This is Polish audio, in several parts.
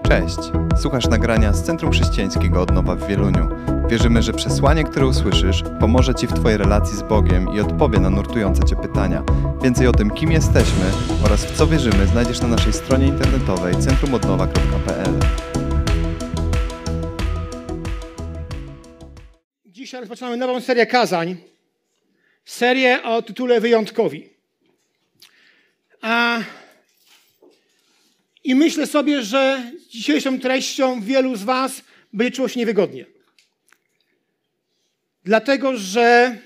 Cześć! Słuchasz nagrania z Centrum Chrześcijańskiego Odnowa w Wieluniu. Wierzymy, że przesłanie, które usłyszysz, pomoże Ci w Twojej relacji z Bogiem i odpowie na nurtujące Cię pytania. Więcej o tym, kim jesteśmy oraz w co wierzymy, znajdziesz na naszej stronie internetowej centrumodnowa.pl. Dzisiaj rozpoczynamy nową serię kazań. Serię o tytule Wyjątkowi. I myślę sobie, że dzisiejszą treścią wielu z was będzie czuło się niewygodnie. Dlatego, że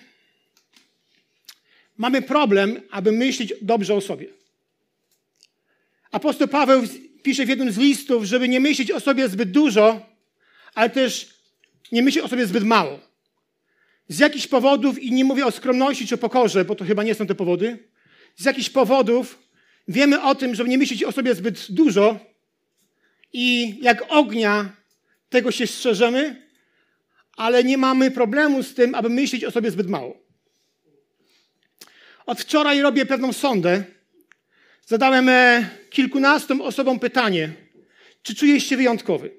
mamy problem, aby myśleć dobrze o sobie. Apostoł Paweł pisze w jednym z listów, żeby nie myśleć o sobie zbyt dużo, ale też nie myśleć o sobie zbyt mało. Z jakichś powodów, i nie mówię o skromności czy o pokorze, bo to chyba nie są te powody, z jakichś powodów wiemy o tym, żeby nie myśleć o sobie zbyt dużo i jak ognia tego się strzeżemy, ale nie mamy problemu z tym, aby myśleć o sobie zbyt mało. Od wczoraj robię pewną sondę. Zadałem kilkunastu osobom pytanie, czy czujesz się wyjątkowy?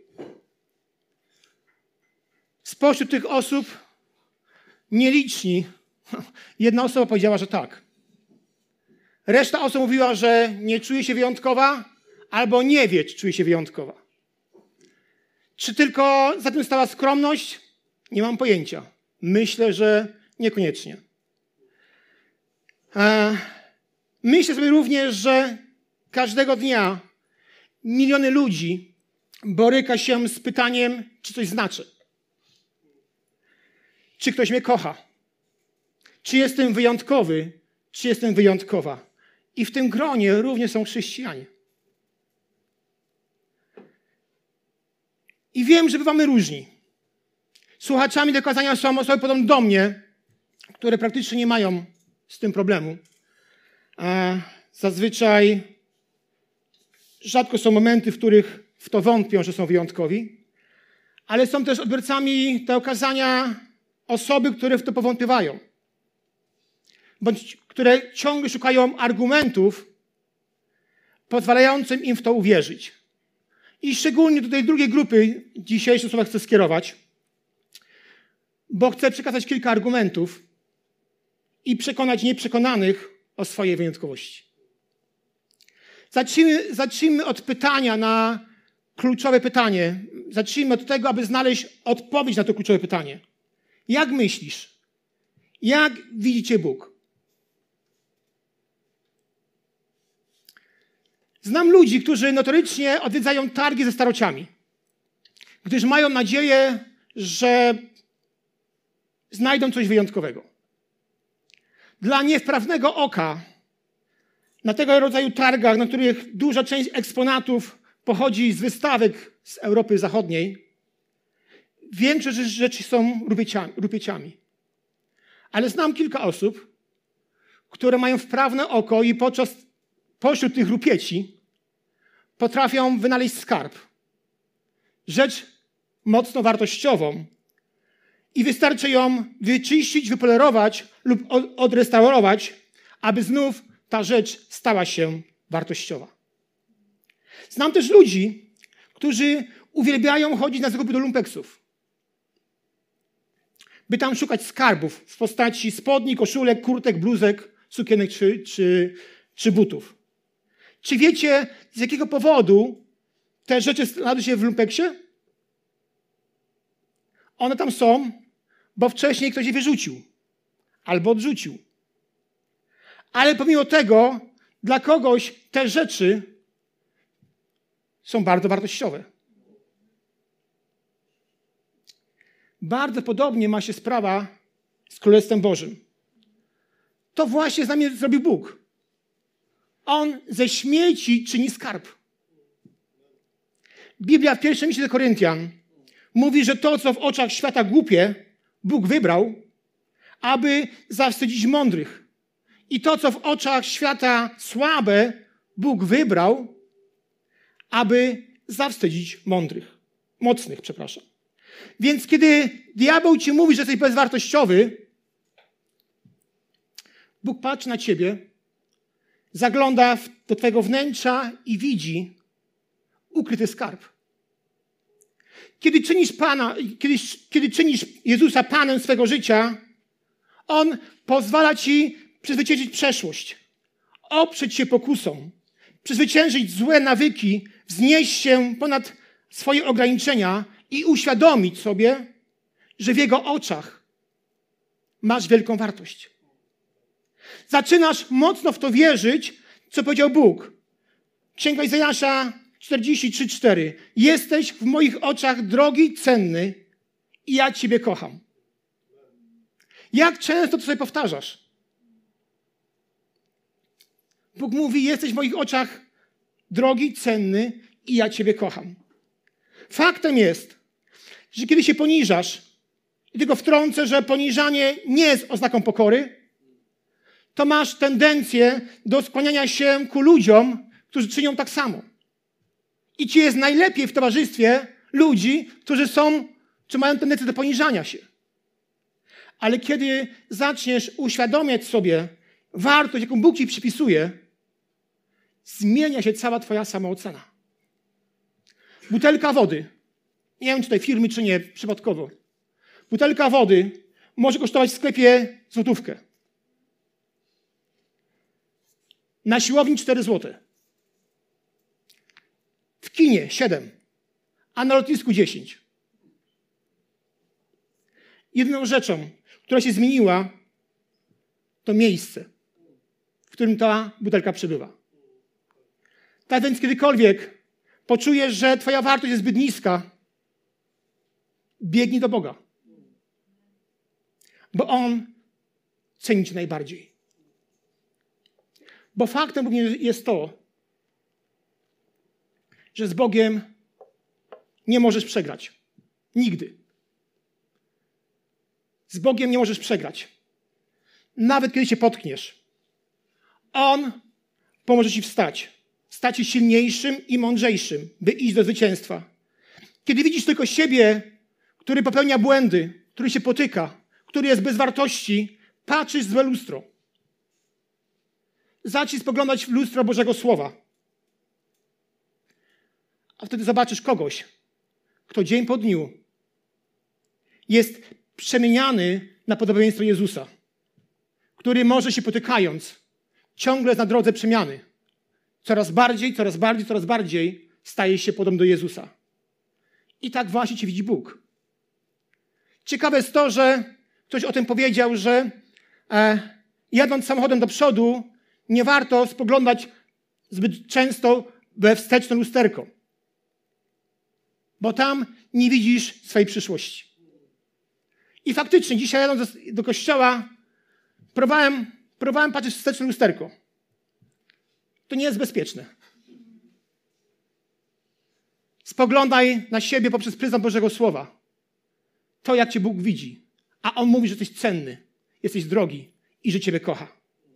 Spośród tych osób nieliczni, jedna osoba powiedziała, że tak. Reszta osób mówiła, że nie czuje się wyjątkowa albo nie wie, czy czuje się wyjątkowa. Czy tylko za tym stała skromność? Nie mam pojęcia. Myślę, że niekoniecznie. Myślę sobie również, że każdego dnia miliony ludzi boryka się z pytaniem, czy coś znaczy. Czy ktoś mnie kocha? Czy jestem wyjątkowy? Czy jestem wyjątkowa? I w tym gronie również są chrześcijanie. I wiem, że bywamy różni. Słuchaczami do kazania są osoby podobne do mnie, które praktycznie nie mają z tym problemu. Zazwyczaj rzadko są momenty, w których w to wątpią, że są wyjątkowi, ale są też odbiorcami tego kazania osoby, które w to powątpiewają, bądź które ciągle szukają argumentów pozwalających im w to uwierzyć. I szczególnie do tej drugiej grupy dzisiejsze słowa chcę skierować, bo chcę przekazać kilka argumentów i przekonać nieprzekonanych o swojej wyjątkowości. Zacznijmy od pytania na kluczowe pytanie. Zacznijmy od tego, aby znaleźć odpowiedź na to kluczowe pytanie. Jak myślisz? Jak widzi Cię Bóg? Znam ludzi, którzy notorycznie odwiedzają targi ze starociami, gdyż mają nadzieję, że znajdą coś wyjątkowego. Dla niewprawnego oka na tego rodzaju targach, na których duża część eksponatów pochodzi z wystawek z Europy Zachodniej, większość rzeczy są rupieciami. Ale znam kilka osób, które mają wprawne oko i pośród tych rupieci potrafią wynaleźć skarb. Rzecz mocno wartościową. I wystarczy ją wyczyścić, wypolerować lub odrestaurować, aby znów ta rzecz stała się wartościowa. Znam też ludzi, którzy uwielbiają chodzić na zakupy do lumpeksów, by tam szukać skarbów w postaci spodni, koszulek, kurtek, bluzek, sukienek czy butów. Czy wiecie, z jakiego powodu te rzeczy znalazły się w lumpeksie? One tam są, bo wcześniej ktoś je wyrzucił albo odrzucił. Ale pomimo tego, dla kogoś te rzeczy są bardzo wartościowe. Bardzo podobnie ma się sprawa z Królestwem Bożym. To właśnie z nami zrobił Bóg. On ze śmieci czyni skarb. Biblia w pierwszym liście do Koryntian mówi, że to, co w oczach świata głupie, Bóg wybrał, aby zawstydzić mądrych. I to, co w oczach świata słabe, Bóg wybrał, aby zawstydzić mocnych. Więc kiedy diabeł ci mówi, że jesteś bezwartościowy, Bóg patrzy na ciebie, zagląda do twojego wnętrza i widzi ukryty skarb. Kiedy czynisz Jezusa Panem swego życia, On pozwala ci przezwyciężyć przeszłość, oprzeć się pokusom, przezwyciężyć złe nawyki, wznieść się ponad swoje ograniczenia i uświadomić sobie, że w Jego oczach masz wielką wartość. Zaczynasz mocno w to wierzyć, co powiedział Bóg. Księga Izajasza 43:4. Jesteś w moich oczach drogi, cenny i ja Ciebie kocham. Jak często to sobie powtarzasz? Bóg mówi, jesteś w moich oczach drogi, cenny i ja Ciebie kocham. Faktem jest, że kiedy się poniżasz, i tylko wtrącę, że poniżanie nie jest oznaką pokory, to masz tendencję do skłaniania się ku ludziom, którzy czynią tak samo. I ci jest najlepiej w towarzystwie ludzi, którzy mają tendencję do poniżania się. Ale kiedy zaczniesz uświadamiać sobie wartość, jaką Bóg ci przypisuje, zmienia się cała twoja samoocena. Butelka wody, nie wiem, czy tej firmy, czy nie, przypadkowo. Butelka wody może kosztować w sklepie złotówkę. Na siłowni 4 zł. W kinie 7, a na lotnisku 10. Jedyną rzeczą, która się zmieniła, to miejsce, w którym ta butelka przebywa. Tak więc kiedykolwiek poczujesz, że twoja wartość jest zbyt niska, biegnij do Boga. Bo On ceni cię najbardziej. Bo faktem jest to, że z Bogiem nie możesz przegrać. Nigdy. Z Bogiem nie możesz przegrać. Nawet kiedy się potkniesz. On pomoże ci wstać. Stać się silniejszym i mądrzejszym, by iść do zwycięstwa. Kiedy widzisz tylko siebie, który popełnia błędy, który się potyka, który jest bez wartości, patrzysz w złe lustro. Zacznij spoglądać w lustro Bożego Słowa. A wtedy zobaczysz kogoś, kto dzień po dniu jest przemieniany na podobieństwo Jezusa, który może się potykając, ciągle jest na drodze przemiany. Coraz bardziej staje się podobny do Jezusa. I tak właśnie cię widzi Bóg. Ciekawe jest to, że ktoś o tym powiedział, że jadąc samochodem do przodu, nie warto spoglądać zbyt często we wsteczne lusterko, bo tam nie widzisz swojej przyszłości. I faktycznie dzisiaj jadąc do kościoła, próbowałem patrzeć w wsteczne lusterko. To nie jest bezpieczne. Spoglądaj na siebie poprzez pryzmat Bożego Słowa. To, jak cię Bóg widzi. A On mówi, że jesteś cenny, jesteś drogi i że Ciebie kocha.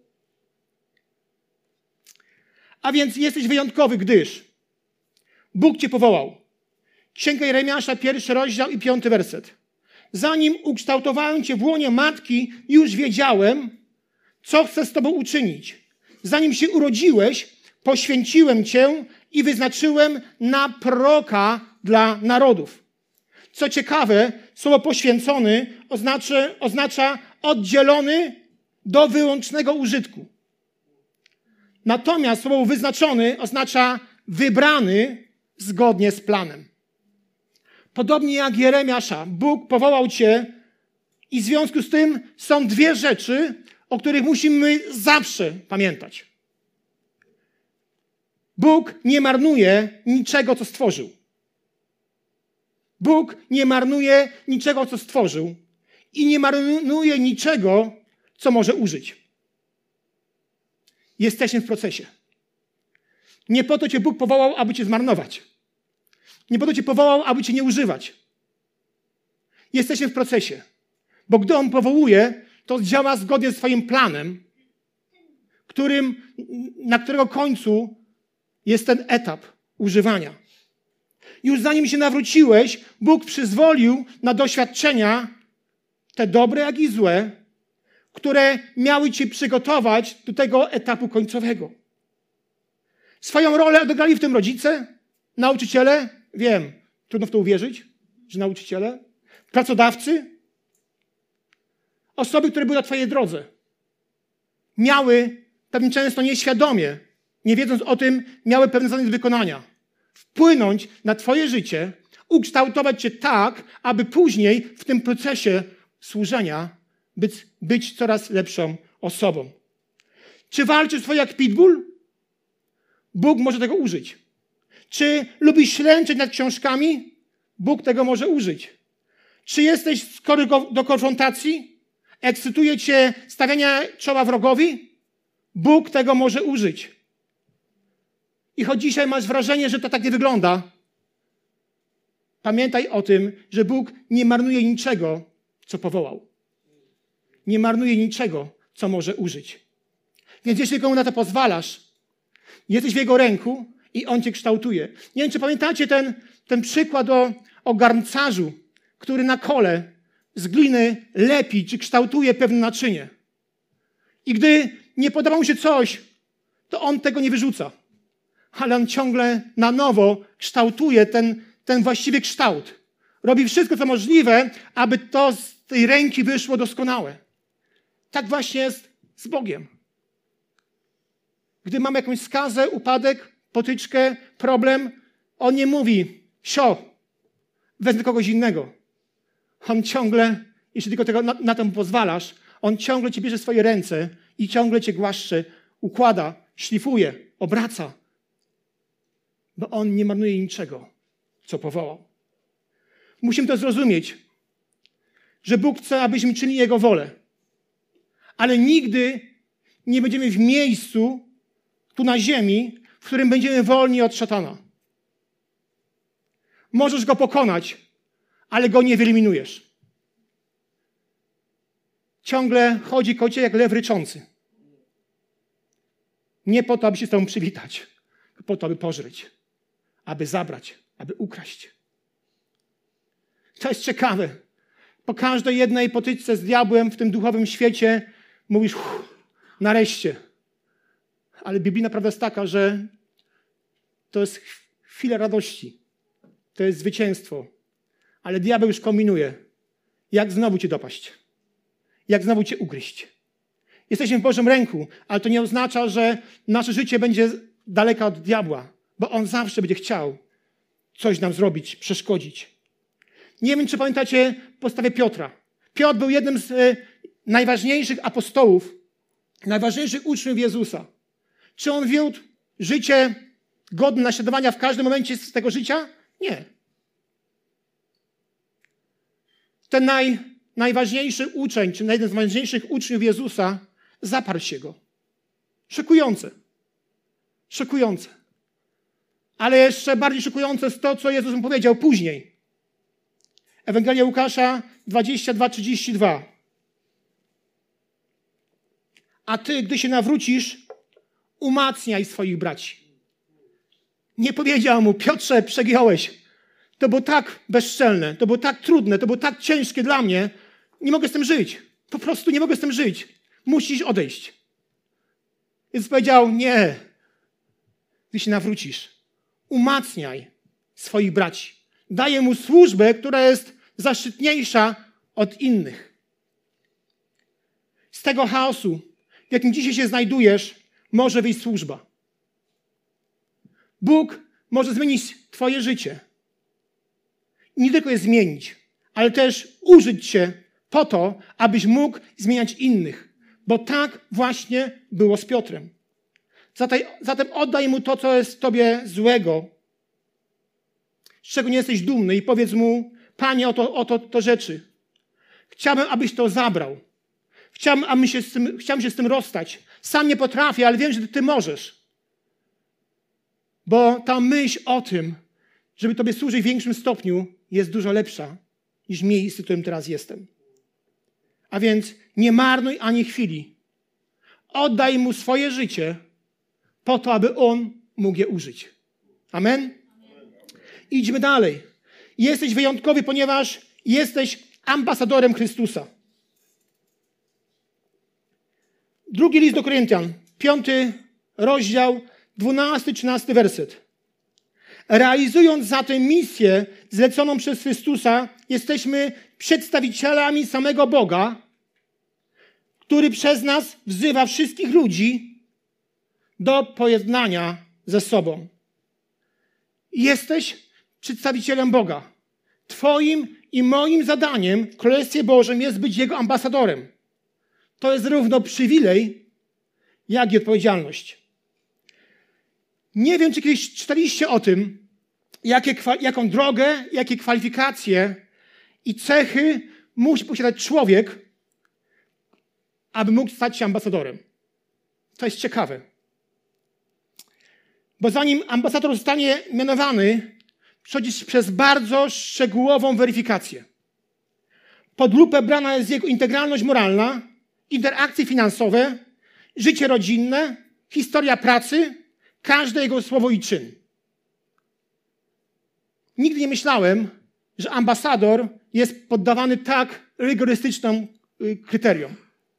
A więc jesteś wyjątkowy, gdyż Bóg Cię powołał. Księga Jeremiasza, 1 rozdział i 5 werset. Zanim ukształtowałem Cię w łonie matki, już wiedziałem, co chcę z Tobą uczynić. Zanim się urodziłeś, poświęciłem Cię i wyznaczyłem na proroka dla narodów. Co ciekawe, słowo poświęcony oznacza oddzielony do wyłącznego użytku. Natomiast słowo wyznaczony oznacza wybrany zgodnie z planem. Podobnie jak Jeremiasza, Bóg powołał cię i w związku z tym są dwie rzeczy, o których musimy zawsze pamiętać. Bóg nie marnuje niczego, co stworzył. Bóg nie marnuje niczego, co stworzył i nie marnuje niczego, co może użyć. Jesteśmy w procesie. Nie po to cię Bóg powołał, aby cię zmarnować. Nie po to cię powołał, aby cię nie używać. Jesteśmy w procesie. Bo gdy On powołuje, to działa zgodnie z swoim planem, na którego końcu jest ten etap używania. Już zanim się nawróciłeś, Bóg przyzwolił na doświadczenia, te dobre, jak i złe, które miały cię przygotować do tego etapu końcowego. Swoją rolę odegrali w tym rodzice, nauczyciele, wiem, trudno w to uwierzyć, że nauczyciele, pracodawcy, osoby, które były na twojej drodze, miały, pewnie często nieświadomie, nie wiedząc o tym, miały pewne zadanie do wykonania. Wpłynąć na twoje życie, ukształtować cię tak, aby później w tym procesie służenia być coraz lepszą osobą. Czy walczysz swoje jak pitbull? Bóg może tego użyć. Czy lubisz ślęczeć nad książkami? Bóg tego może użyć. Czy jesteś skory do konfrontacji? Ekscytuje cię stawianie czoła wrogowi? Bóg tego może użyć. I choć dzisiaj masz wrażenie, że to tak nie wygląda, pamiętaj o tym, że Bóg nie marnuje niczego, co powołał. Nie marnuje niczego, co może użyć. Więc jeśli komu na to pozwalasz, jesteś w Jego ręku i On cię kształtuje. Nie wiem, czy pamiętacie ten przykład o garncarzu, który na kole z gliny lepi, czy kształtuje pewne naczynie. I gdy nie podoba mu się coś, to on tego nie wyrzuca. Ale on ciągle na nowo kształtuje ten właściwy kształt. Robi wszystko, co możliwe, aby to z tej ręki wyszło doskonałe. Tak właśnie jest z Bogiem. Gdy mamy jakąś skazę, upadek, potyczkę, problem, On nie mówi, wezmę kogoś innego. On ciągle, jeśli tylko tego na to mu pozwalasz, On ciągle cię bierze w swoje ręce i ciągle cię głaszcze, układa, szlifuje, obraca. Bo On nie marnuje niczego, co powołał. Musimy to zrozumieć, że Bóg chce, abyśmy czynili Jego wolę. Ale nigdy nie będziemy w miejscu, tu na ziemi, w którym będziemy wolni od szatana. Możesz go pokonać, ale go nie wyeliminujesz. Ciągle chodzi koło ciebie jak lew ryczący. Nie po to, aby się z tobą przywitać, tylko po to, aby pożreć, aby zabrać, aby ukraść. To jest ciekawe. Po każdej jednej potyczce z diabłem w tym duchowym świecie mówisz, nareszcie. Ale biblijna prawda jest taka, że to jest chwila radości. To jest zwycięstwo. Ale diabeł już kombinuje. Jak znowu cię dopaść? Jak znowu cię ugryźć? Jesteśmy w Bożym ręku, ale to nie oznacza, że nasze życie będzie daleka od diabła, bo on zawsze będzie chciał coś nam zrobić, przeszkodzić. Nie wiem, czy pamiętacie postawę Piotra. Piotr był jednym z najważniejszych apostołów, najważniejszych uczniów Jezusa. Czy on wiódł życie godne naśladowania w każdym momencie z tego życia? Nie. Ten najważniejszy uczeń, czy jeden z najważniejszych uczniów Jezusa, zaparł się go. Szokujące. Szokujące. Ale jeszcze bardziej szokujące jest to, co Jezus mu powiedział później. Ewangelia Łukasza 22:32. A ty, gdy się nawrócisz, umacniaj swoich braci. Nie powiedział mu, Piotrze, przegiąłeś. To było tak bezczelne, to było tak trudne, to było tak ciężkie dla mnie. Nie mogę z tym żyć. Po prostu nie mogę z tym żyć. Musisz odejść. Jezus powiedział, nie. Gdy się nawrócisz, umacniaj swoich braci. Daję mu służbę, która jest zaszczytniejsza od innych. Z tego chaosu, w jakim dzisiaj się znajdujesz, może wyjść służba. Bóg może zmienić twoje życie. Nie tylko je zmienić, ale też użyć cię po to, abyś mógł zmieniać innych. Bo tak właśnie było z Piotrem. Zatem oddaj mu to, co jest w tobie złego, z czego nie jesteś dumny i powiedz mu, Panie, oto rzeczy. Chciałbym, abyś to zabrał. Chciałbym się z tym rozstać. Sam nie potrafię, ale wiem, że ty możesz. Bo ta myśl o tym, żeby tobie służyć w większym stopniu, jest dużo lepsza niż miejsce, w którym teraz jestem. A więc nie marnuj ani chwili. Oddaj mu swoje życie po to, aby on mógł je użyć. Amen? Idźmy dalej. Jesteś wyjątkowy, ponieważ jesteś ambasadorem Chrystusa. 2 list do Koryntian, 5 rozdział, 12-13 werset. Realizując zatem misję zleconą przez Chrystusa, jesteśmy przedstawicielami samego Boga, który przez nas wzywa wszystkich ludzi do pojednania ze sobą. Jesteś przedstawicielem Boga. Twoim i moim zadaniem w Królestwie Bożym jest być Jego ambasadorem. To jest równo przywilej, jak i odpowiedzialność. Nie wiem, czy kiedyś czytaliście o tym, jaką drogę, jakie kwalifikacje i cechy musi posiadać człowiek, aby mógł stać się ambasadorem. To jest ciekawe. Bo zanim ambasador zostanie mianowany, przechodzi przez bardzo szczegółową weryfikację. Pod lupę brana jest jego integralność moralna, interakcje finansowe, życie rodzinne, historia pracy, każde jego słowo i czyn. Nigdy nie myślałem, że ambasador jest poddawany tak rygorystycznym kryteriom.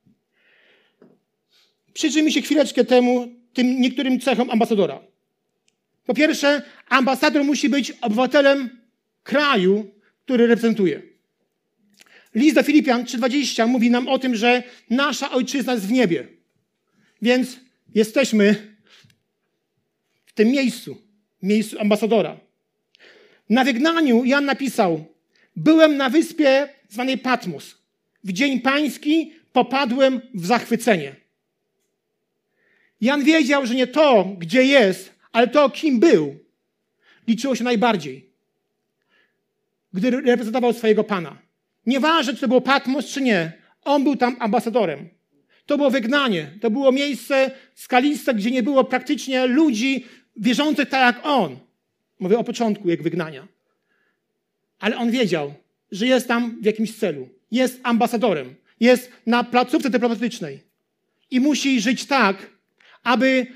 Przyjrzyjmy się chwileczkę tym niektórym cechom ambasadora. Po pierwsze, ambasador musi być obywatelem kraju, który reprezentuje. List do Filipian 3:20 mówi nam o tym, że nasza ojczyzna jest w niebie. Więc jesteśmy w tym miejscu ambasadora. Na wygnaniu Jan napisał: byłem na wyspie zwanej Patmos. W dzień pański popadłem w zachwycenie. Jan wiedział, że nie to, gdzie jest, ale to, kim był, liczyło się najbardziej, gdy reprezentował swojego Pana. Nieważne, czy to było Patmos, czy nie, on był tam ambasadorem. To było wygnanie, to było miejsce skaliste, gdzie nie było praktycznie ludzi wierzących tak jak on. Mówię o początku jego wygnania. Ale on wiedział, że jest tam w jakimś celu. Jest ambasadorem. Jest na placówce dyplomatycznej. I musi żyć tak, aby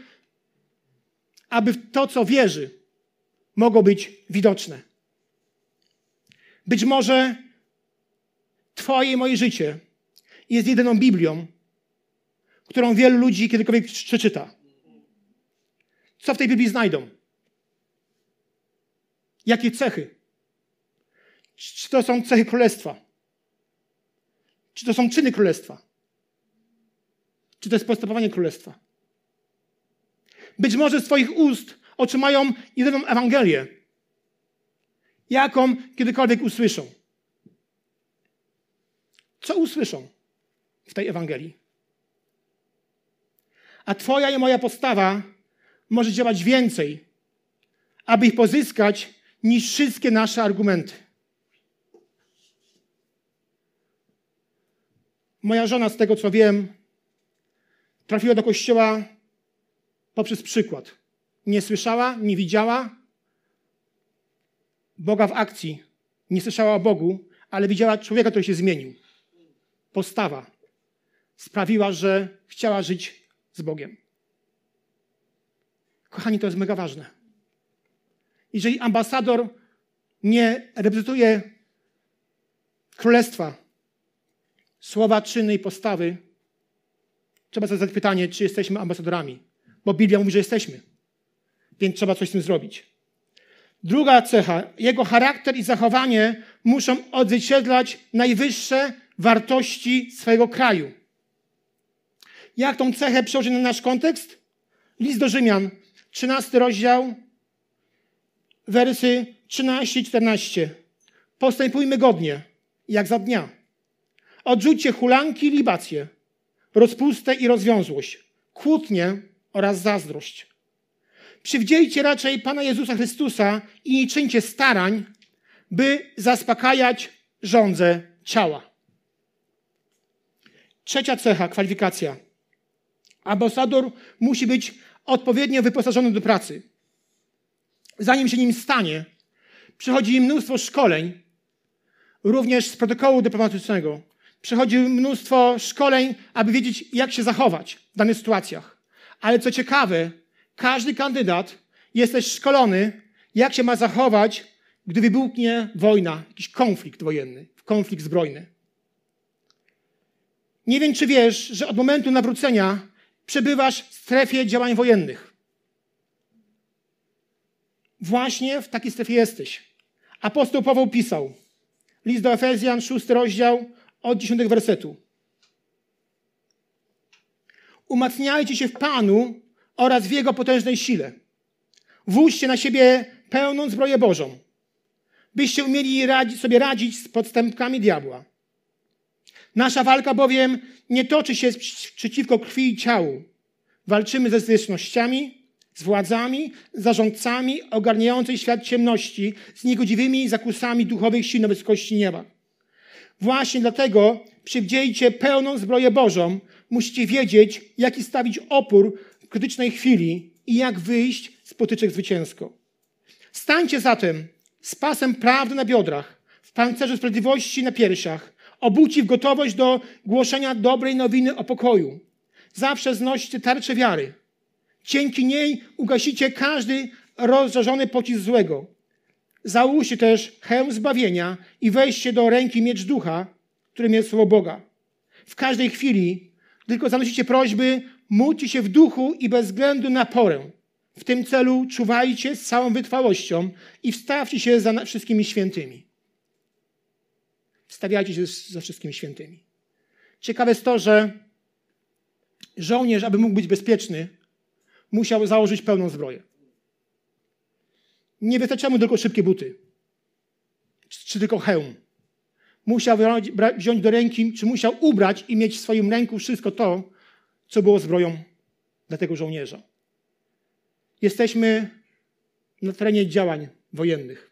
to, co wierzy, mogło być widoczne. Być może twoje i moje życie jest jedyną Biblią, którą wielu ludzi kiedykolwiek przeczyta. Co w tej Biblii znajdą? Jakie cechy? Czy to są cechy królestwa? Czy to są czyny królestwa? Czy to jest postępowanie królestwa? Być może z twoich ust otrzymają jedyną Ewangelię, jaką kiedykolwiek usłyszą. Co usłyszą w tej Ewangelii? A twoja i moja postawa może działać więcej, aby ich pozyskać, niż wszystkie nasze argumenty. Moja żona, z tego co wiem, trafiła do kościoła poprzez przykład. Nie słyszała, nie widziała Boga w akcji. Nie słyszała o Bogu, ale widziała człowieka, który się zmienił. Postawa sprawiła, że chciała żyć z Bogiem. Kochani, to jest mega ważne. Jeżeli ambasador nie reprezentuje królestwa, słowa, czyny i postawy, trzeba sobie zadać pytanie, czy jesteśmy ambasadorami. Bo Biblia mówi, że jesteśmy. Więc trzeba coś z tym zrobić. Druga cecha. Jego charakter i zachowanie muszą odzwierciedlać najwyższe wartości swojego kraju. Jak tą cechę przełożyć na nasz kontekst? List do Rzymian, 13 rozdział, wersy 13 i 14. Postępujmy godnie, jak za dnia. Odrzućcie hulanki i libacje, rozpustę i rozwiązłość, kłótnie oraz zazdrość. Przywdziejcie raczej Pana Jezusa Chrystusa i nie czyńcie starań, by zaspokajać żądzę ciała. Trzecia cecha, kwalifikacja. Ambasador musi być odpowiednio wyposażony do pracy. Zanim się nim stanie, przychodzi mnóstwo szkoleń, również z protokołu dyplomatycznego. Przychodzi mnóstwo szkoleń, aby wiedzieć, jak się zachować w danych sytuacjach. Ale co ciekawe, każdy kandydat jest też szkolony, jak się ma zachować, gdy wybuchnie wojna, jakiś konflikt wojenny, konflikt zbrojny. Nie wiem, czy wiesz, że od momentu nawrócenia przebywasz w strefie działań wojennych. Właśnie w takiej strefie jesteś. Apostoł Paweł pisał, list do Efezjan, 6 rozdział, od 10 wersetu. Umacniajcie się w Panu oraz w Jego potężnej sile. Włóżcie na siebie pełną zbroję Bożą, byście umieli sobie radzić z podstępkami diabła. Nasza walka bowiem nie toczy się przeciwko krwi i ciału. Walczymy ze zwierzchnościami, z władzami, zarządcami ogarniającej świat ciemności, z niegodziwymi zakusami duchowych sił na wysokości nieba. Właśnie dlatego przywdziejcie pełną zbroję Bożą. Musicie wiedzieć, jaki stawić opór w krytycznej chwili i jak wyjść z potyczek zwycięsko. Stańcie zatem z pasem prawdy na biodrach, w pancerzu sprawiedliwości na piersiach, obuci w gotowość do głoszenia dobrej nowiny o pokoju. Zawsze znoście tarczę wiary. Dzięki niej ugasicie każdy rozżarzony pocisk złego. Załóżcie też hełm zbawienia i weźcie do ręki miecz ducha, którym jest słowo Boga. W każdej chwili, gdy tylko zanosicie prośby, módlcie się w duchu i bez względu na porę. W tym celu czuwajcie z całą wytrwałością i wstawcie się za wszystkimi świętymi. Wstawiajcie się za wszystkimi świętymi. Ciekawe jest to, że żołnierz, aby mógł być bezpieczny, musiał założyć pełną zbroję. Nie wystarczały mu tylko szybkie buty, czy tylko hełm. Musiał wziąć do ręki, czy musiał ubrać i mieć w swoim ręku wszystko to, co było zbroją dla tego żołnierza. Jesteśmy na terenie działań wojennych.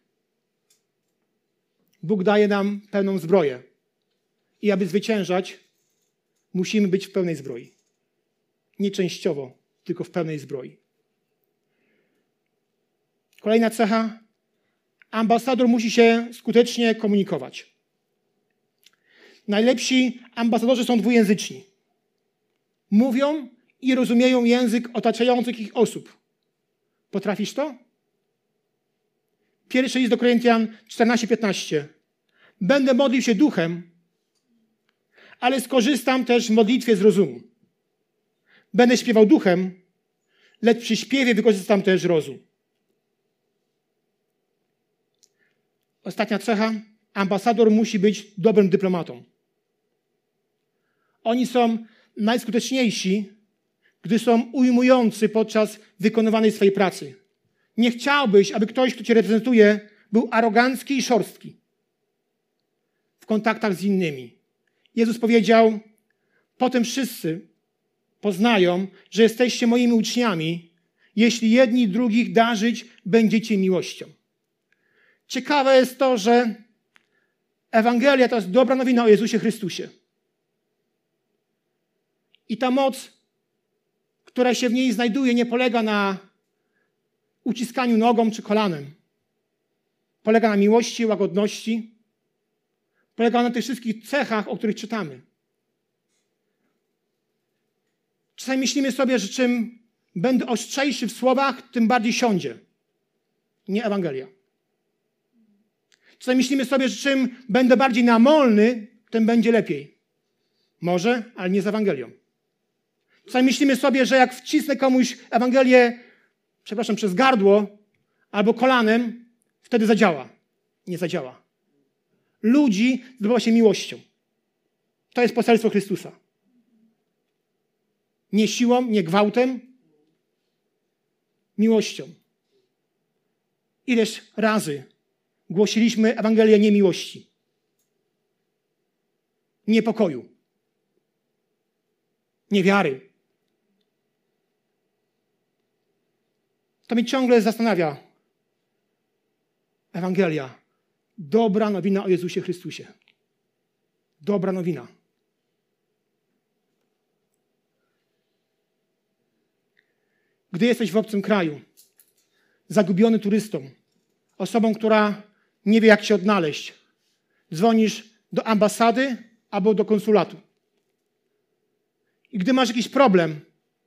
Bóg daje nam pełną zbroję. I aby zwyciężać, musimy być w pełnej zbroi. Nie częściowo, tylko w pełnej zbroi. Kolejna cecha. Ambasador musi się skutecznie komunikować. Najlepsi ambasadorzy są dwujęzyczni. Mówią i rozumieją język otaczających ich osób. Potrafisz to? Pierwszy list do Koryntian 14:15. Będę modlił się duchem, ale skorzystam też w modlitwie z rozumu. Będę śpiewał duchem, lecz przy śpiewie wykorzystam też rozum. Ostatnia cecha. Ambasador musi być dobrym dyplomatą. Oni są najskuteczniejsi, gdy są ujmujący podczas wykonywanej swojej pracy. Nie chciałbyś, aby ktoś, kto cię reprezentuje, był arogancki i szorstki w kontaktach z innymi. Jezus powiedział, potem wszyscy poznają, że jesteście moimi uczniami, jeśli jedni drugich darzyć będziecie miłością. Ciekawe jest to, że Ewangelia to jest dobra nowina o Jezusie Chrystusie. I ta moc, która się w niej znajduje, nie polega na uciskaniu nogą czy kolanem. Polega na miłości, łagodności. Polega na tych wszystkich cechach, o których czytamy. Czasami myślimy sobie, że czym będę ostrzejszy w słowach, tym bardziej siądzie. Nie Ewangelia. Czasami myślimy sobie, że czym będę bardziej namolny, tym będzie lepiej. Może, ale nie z Ewangelią. Czasami myślimy sobie, że jak wcisnę komuś Ewangelię, przez gardło albo kolanem, wtedy zadziała. Nie zadziała. Ludzi zdobywa się miłością. To jest poselstwo Chrystusa. Nie siłą, nie gwałtem, miłością. Ileż razy głosiliśmy Ewangelię niemiłości, niepokoju, niewiary. To mnie ciągle zastanawia. Ewangelia. Dobra nowina o Jezusie Chrystusie. Dobra nowina. Gdy jesteś w obcym kraju, zagubiony turystą, osobą, która nie wie, jak się odnaleźć, dzwonisz do ambasady albo do konsulatu. I gdy masz jakiś problem,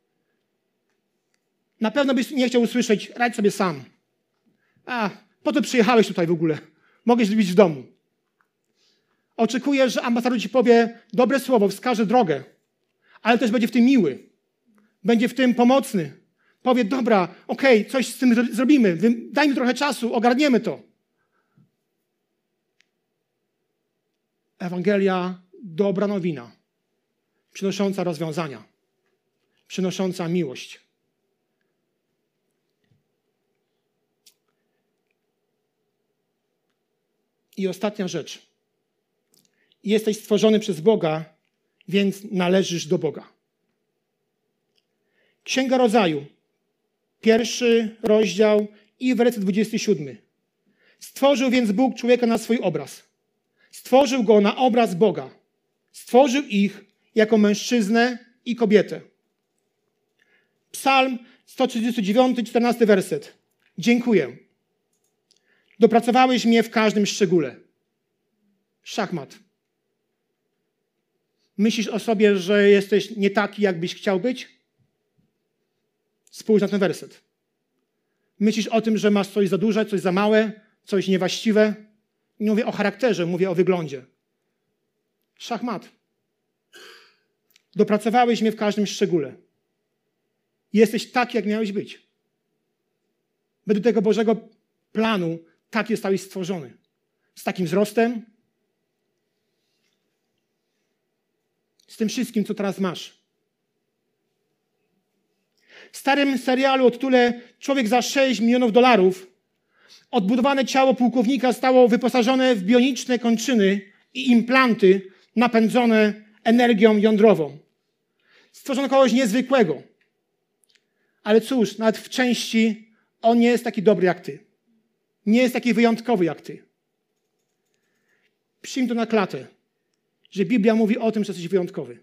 na pewno byś nie chciał usłyszeć, radź sobie sam. Po to przyjechałeś tutaj w ogóle. Mogłeś być w domu. Oczekujesz, że ambasador ci powie dobre słowo, wskaże drogę, ale też będzie w tym miły. Będzie w tym pomocny. Powie, dobra, okej, coś z tym zrobimy. Daj mi trochę czasu, ogarniemy to. Ewangelia, dobra nowina, przynosząca rozwiązania, przynosząca miłość. I ostatnia rzecz. Jesteś stworzony przez Boga, więc należysz do Boga. Księga Rodzaju, 1 rozdział i werset 27. Stworzył więc Bóg człowieka na swój obraz. Stworzył go na obraz Boga. Stworzył ich jako mężczyznę i kobietę. Psalm 139, 14 werset. Dziękuję. Dopracowałeś mnie w każdym szczególe. Szachmat. Myślisz o sobie, że jesteś nie taki, jakbyś chciał być? Spójrz na ten werset. Myślisz o tym, że masz coś za duże, coś za małe, coś niewłaściwe? Nie mówię o charakterze, mówię o wyglądzie. Szachmat. Dopracowałeś mnie w każdym szczególe. Jesteś taki, jak miałeś być. Według tego Bożego planu tak zostałeś stworzony. Z takim wzrostem, z tym wszystkim, co teraz masz. W starym serialu o tytule Człowiek za $6 milionów odbudowane ciało pułkownika zostało wyposażone w bioniczne kończyny i implanty napędzone energią jądrową. Stworzono kogoś niezwykłego. Ale cóż, nawet w części on nie jest taki dobry jak ty. Nie jest taki wyjątkowy jak ty. Przyjmij to na klatę, że Biblia mówi o tym, że jesteś wyjątkowy.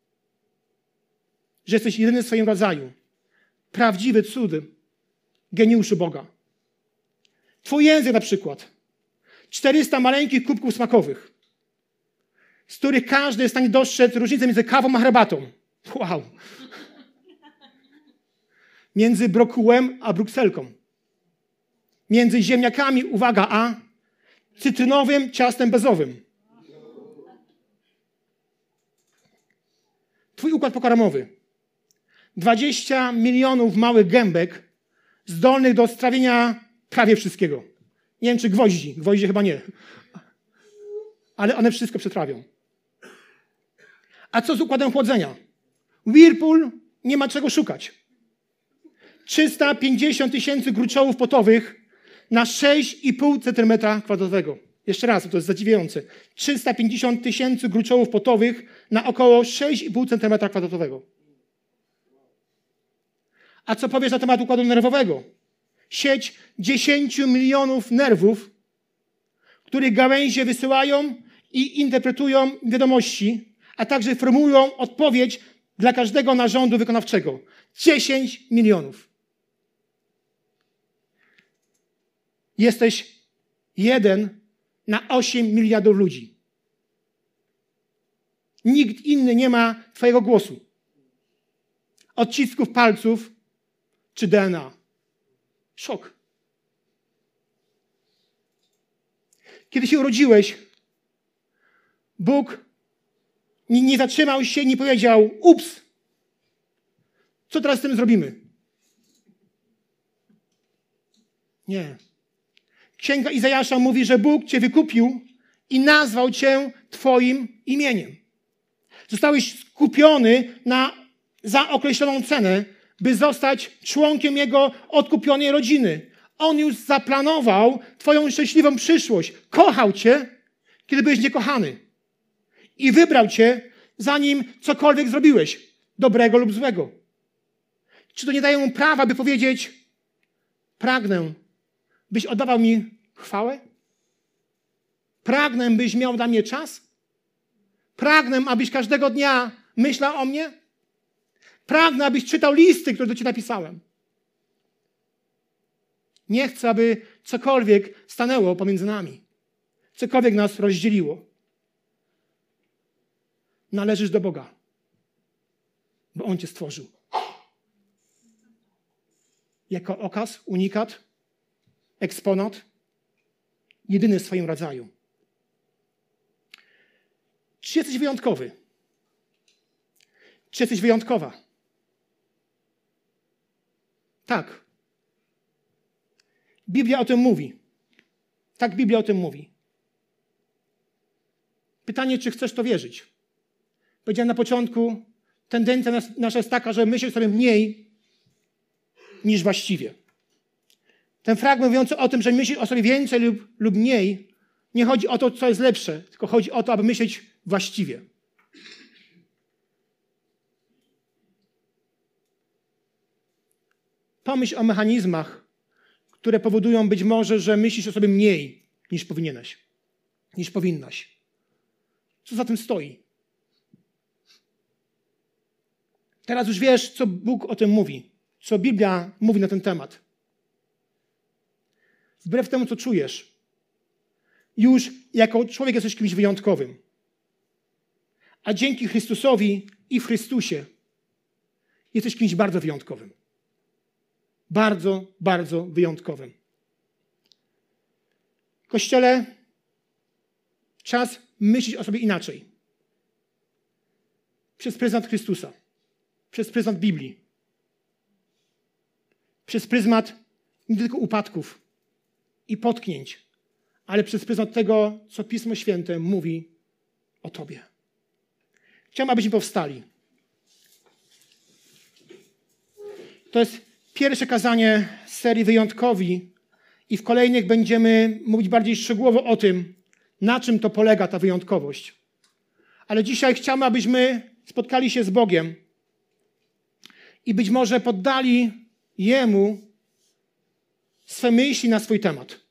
Że jesteś jedyny w swoim rodzaju. Prawdziwy cud, geniuszu Boga. Twój język na przykład. 400 maleńkich kubków smakowych, z których każdy jest w stanie dostrzec różnicę między kawą a herbatą. Wow. Między brokułem a brukselką. Między ziemniakami, uwaga, a cytrynowym ciastem bezowym. Twój układ pokarmowy. 20 milionów małych gębek zdolnych do strawienia prawie wszystkiego. Nie wiem, czy gwoździ. Gwoździe chyba nie. Ale one wszystko przetrawią. A co z układem chłodzenia? Whirlpool nie ma czego szukać. 350 000 gruczołów potowych na 6,5 cm². Jeszcze raz, to jest zadziwiające. 350 000 gruczołów potowych na około 6,5 cm². A co powiesz na temat układu nerwowego? Sieć 10 milionów nerwów, których gałęzie wysyłają i interpretują wiadomości, a także formułują odpowiedź dla każdego narządu wykonawczego. 10 milionów. Jesteś 1 na 8 miliardów ludzi. Nikt inny nie ma twojego głosu. Odcisków palców czy DNA. Szok. Kiedy się urodziłeś, Bóg nie zatrzymał się, nie powiedział: ups, co teraz z tym zrobimy? Nie. Księga Izajasza mówi, że Bóg cię wykupił i nazwał cię twoim imieniem. Zostałeś skupiony za określoną cenę, by zostać członkiem Jego odkupionej rodziny. On już zaplanował twoją szczęśliwą przyszłość. Kochał cię, kiedy byłeś niekochany. I wybrał cię, zanim cokolwiek zrobiłeś, dobrego lub złego. Czy to nie daje mu prawa, by powiedzieć: pragnę, byś oddawał mi chwałę? Pragnę, byś miał dla mnie czas? Pragnę, abyś każdego dnia myślał o mnie? Pragnę, abyś czytał listy, które do ciebie napisałem. Nie chcę, aby cokolwiek stanęło pomiędzy nami. Cokolwiek nas rozdzieliło. Należysz do Boga, bo On cię stworzył. Jako okaz, unikat, eksponat, jedyny w swoim rodzaju. Czy jesteś wyjątkowy? Czy jesteś wyjątkowa? Tak. Biblia o tym mówi. Tak, Biblia o tym mówi. Pytanie, czy chcesz to wierzyć? Powiedziałem na początku, tendencja nasza jest taka, że myślisz sobie mniej niż właściwie. Ten fragment mówiący o tym, że myślisz o sobie więcej lub mniej, nie chodzi o to, co jest lepsze, tylko chodzi o to, aby myśleć właściwie. Pomyśl o mechanizmach, które powodują być może, że myślisz o sobie mniej niż powinieneś, niż powinnaś. Co za tym stoi? Teraz już wiesz, co Bóg o tym mówi, co Biblia mówi na ten temat. Wbrew temu, co czujesz, już jako człowiek jesteś kimś wyjątkowym. A dzięki Chrystusowi i w Chrystusie jesteś kimś bardzo wyjątkowym. Bardzo, bardzo wyjątkowym. Kościele, czas myśleć o sobie inaczej. Przez pryzmat Chrystusa. Przez pryzmat Biblii. Przez pryzmat nie tylko upadków i potknięć, ale przez pryzmat tego, co Pismo Święte mówi o Tobie. Chciałbym, abyśmy powstali. To jest pierwsze kazanie z serii Wyjątkowi i w kolejnych będziemy mówić bardziej szczegółowo o tym, na czym to polega ta wyjątkowość. Ale dzisiaj chciałbym, abyśmy spotkali się z Bogiem i być może poddali Jemu swe myśli na swój temat.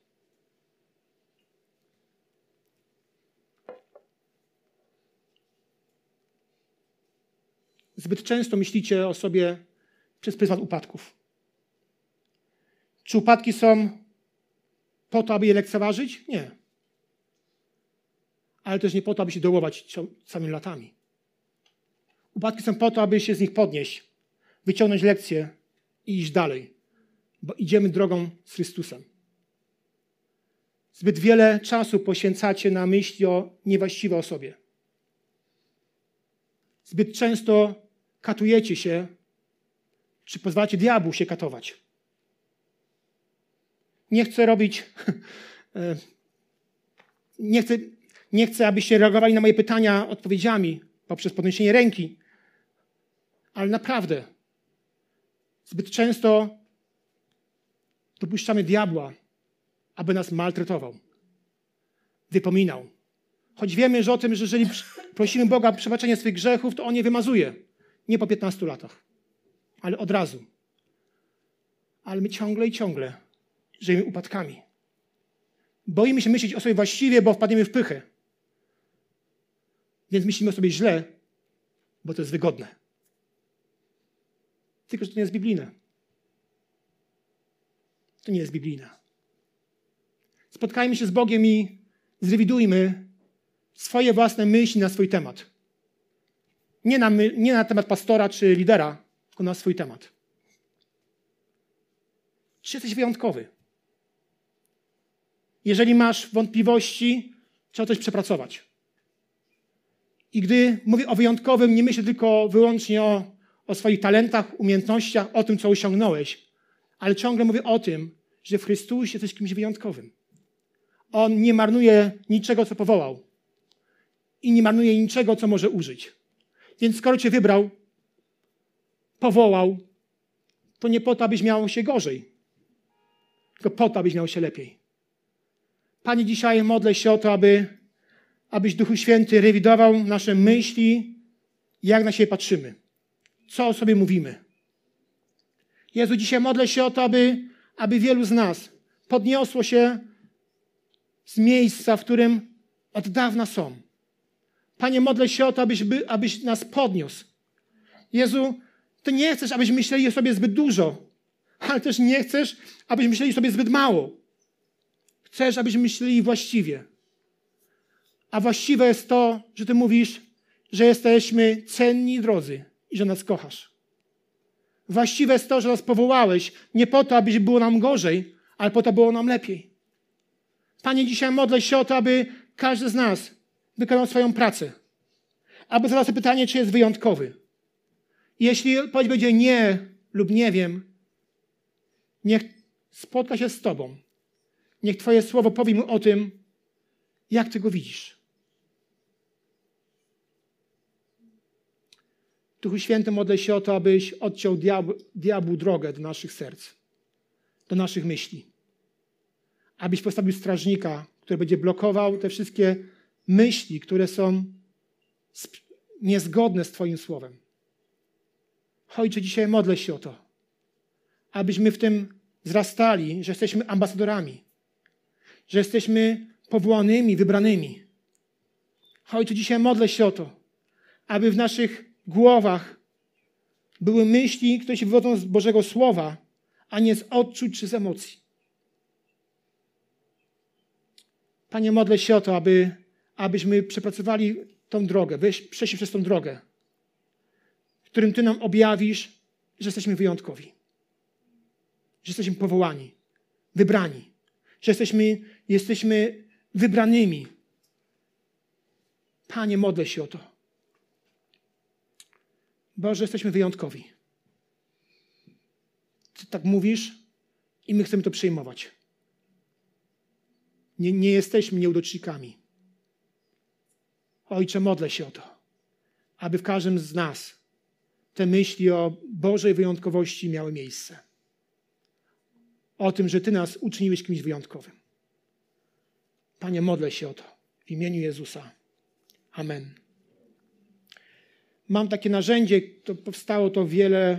Zbyt często myślicie o sobie przez pryzmat upadków. Czy upadki są po to, aby je lekceważyć? Nie. Ale też nie po to, aby się dołować całymi latami. Upadki są po to, aby się z nich podnieść, wyciągnąć lekcje i iść dalej, bo idziemy drogą z Chrystusem. Zbyt wiele czasu poświęcacie na myśli o niewłaściwe o sobie. Zbyt często katujecie się, czy pozwalacie diabłu się katować. Nie chcę robić... Nie chcę, abyście reagowali na moje pytania odpowiedziami poprzez podniesienie ręki, ale naprawdę zbyt często dopuszczamy diabła, aby nas maltretował, wypominał. Choć wiemy, że o tym, że jeżeli prosimy Boga o przebaczenie swych grzechów, to On je wymazuje. Nie po 15 latach, ale od razu. Ale my ciągle i ciągle żyjemy upadkami. Boimy się myśleć o sobie właściwie, bo wpadniemy w pychę. Więc myślimy o sobie źle, bo to jest wygodne. Tylko, że to nie jest biblijne. To nie jest biblijne. Spotkajmy się z Bogiem i zrewidujmy swoje własne myśli na swój temat. Nie na temat pastora czy lidera, tylko na swój temat. Czy jesteś wyjątkowy? Jeżeli masz wątpliwości, trzeba coś przepracować. I gdy mówię o wyjątkowym, nie myślę tylko wyłącznie o swoich talentach, umiejętnościach, o tym, co osiągnąłeś, ale ciągle mówię o tym, że w Chrystusie jesteś kimś wyjątkowym. On nie marnuje niczego, co powołał. I nie marnuje niczego, co może użyć. Więc skoro Cię wybrał, powołał, to nie po to, abyś miał się gorzej, tylko po to, abyś miał się lepiej. Panie, dzisiaj modlę się o to, abyś Duchu Święty rewidował nasze myśli, jak na siebie patrzymy, co o sobie mówimy. Jezu, dzisiaj modlę się o to, aby wielu z nas podniosło się z miejsca, w którym od dawna są. Panie, modlę się o to, abyś nas podniósł. Jezu, Ty nie chcesz, abyśmy myśleli o sobie zbyt dużo, ale też nie chcesz, abyśmy myśleli o sobie zbyt mało. Chcesz, abyśmy myśleli właściwie. A właściwe jest to, że Ty mówisz, że jesteśmy cenni i drodzy i że nas kochasz. Właściwe jest to, że nas powołałeś nie po to, aby było nam gorzej, ale po to, aby było nam lepiej. Panie, dzisiaj modlę się o to, aby każdy z nas wykonał swoją pracę. Aby zadał sobie pytanie, czy jest wyjątkowy. Jeśli odpowiedź będzie nie lub nie wiem, niech spotka się z Tobą. Niech Twoje słowo powie mu o tym, jak Ty go widzisz. Duchu Święty, modlę się o to, abyś odciął diabłu drogę do naszych serc, do naszych myśli. Abyś postawił strażnika, który będzie blokował te wszystkie myśli, które są niezgodne z Twoim słowem. Ojcze, dzisiaj modlę się o to, abyśmy w tym wzrastali, że jesteśmy ambasadorami, że jesteśmy powołanymi, wybranymi. Ojcze, dzisiaj modlę się o to, aby w naszych głowach były myśli, które się wywodzą z Bożego Słowa, a nie z odczuć czy z emocji. Panie, modlę się o to, abyśmy przepracowali tą drogę, przeszli przez tą drogę, w którym Ty nam objawisz, że jesteśmy wyjątkowi, że jesteśmy powołani, wybrani, że jesteśmy wybranymi. Panie, modlę się o to. Boże, jesteśmy wyjątkowi. Ty tak mówisz i my chcemy to przyjmować. Nie jesteśmy nieudacznikami. Ojcze, modlę się o to, aby w każdym z nas te myśli o Bożej wyjątkowości miały miejsce. O tym, że Ty nas uczyniłeś kimś wyjątkowym. Panie, modlę się o to w imieniu Jezusa. Amen. Mam takie narzędzie, to powstało to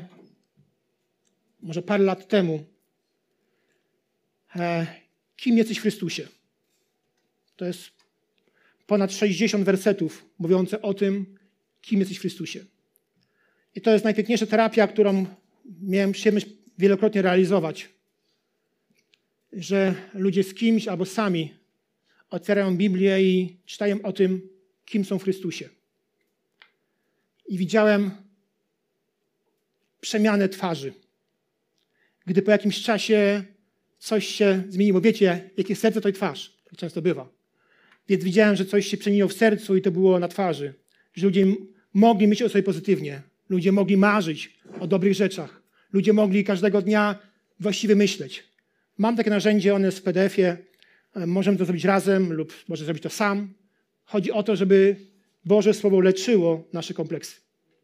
może parę lat temu. Kim jesteś w Chrystusie? To jest ponad 60 wersetów mówiące o tym, kim jesteś w Chrystusie. I to jest najpiękniejsza terapia, którą miałem przyjemność wielokrotnie realizować. Że ludzie z kimś albo sami otwierają Biblię i czytają o tym, kim są w Chrystusie. I widziałem przemianę twarzy. Gdy po jakimś czasie coś się zmieniło. Wiecie, jakie serce to i twarz. Tak często bywa. Więc widziałem, że coś się przemieniło w sercu i to było na twarzy. Że ludzie mogli myśleć o sobie pozytywnie. Ludzie mogli marzyć o dobrych rzeczach. Ludzie mogli każdego dnia właściwie myśleć. Mam takie narzędzie, one jest w PDF-ie. Możemy to zrobić razem lub może zrobić to sam. Chodzi o to, żeby Boże Słowo leczyło nasze kompleksy.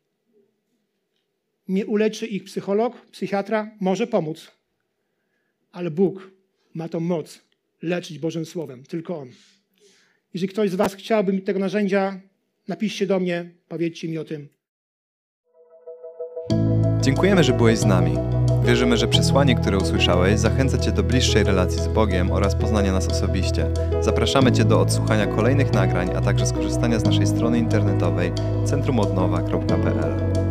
Nie uleczy ich psycholog, psychiatra, może pomóc. Ale Bóg ma tą moc leczyć Bożym Słowem. Tylko On. Jeżeli ktoś z was chciałby tego narzędzia, napiszcie do mnie, powiedzcie mi o tym. Dziękujemy, że byłeś z nami. Wierzymy, że przesłanie, które usłyszałeś, zachęca Cię do bliższej relacji z Bogiem oraz poznania nas osobiście. Zapraszamy Cię do odsłuchania kolejnych nagrań, a także skorzystania z naszej strony internetowej centrumodnowa.pl.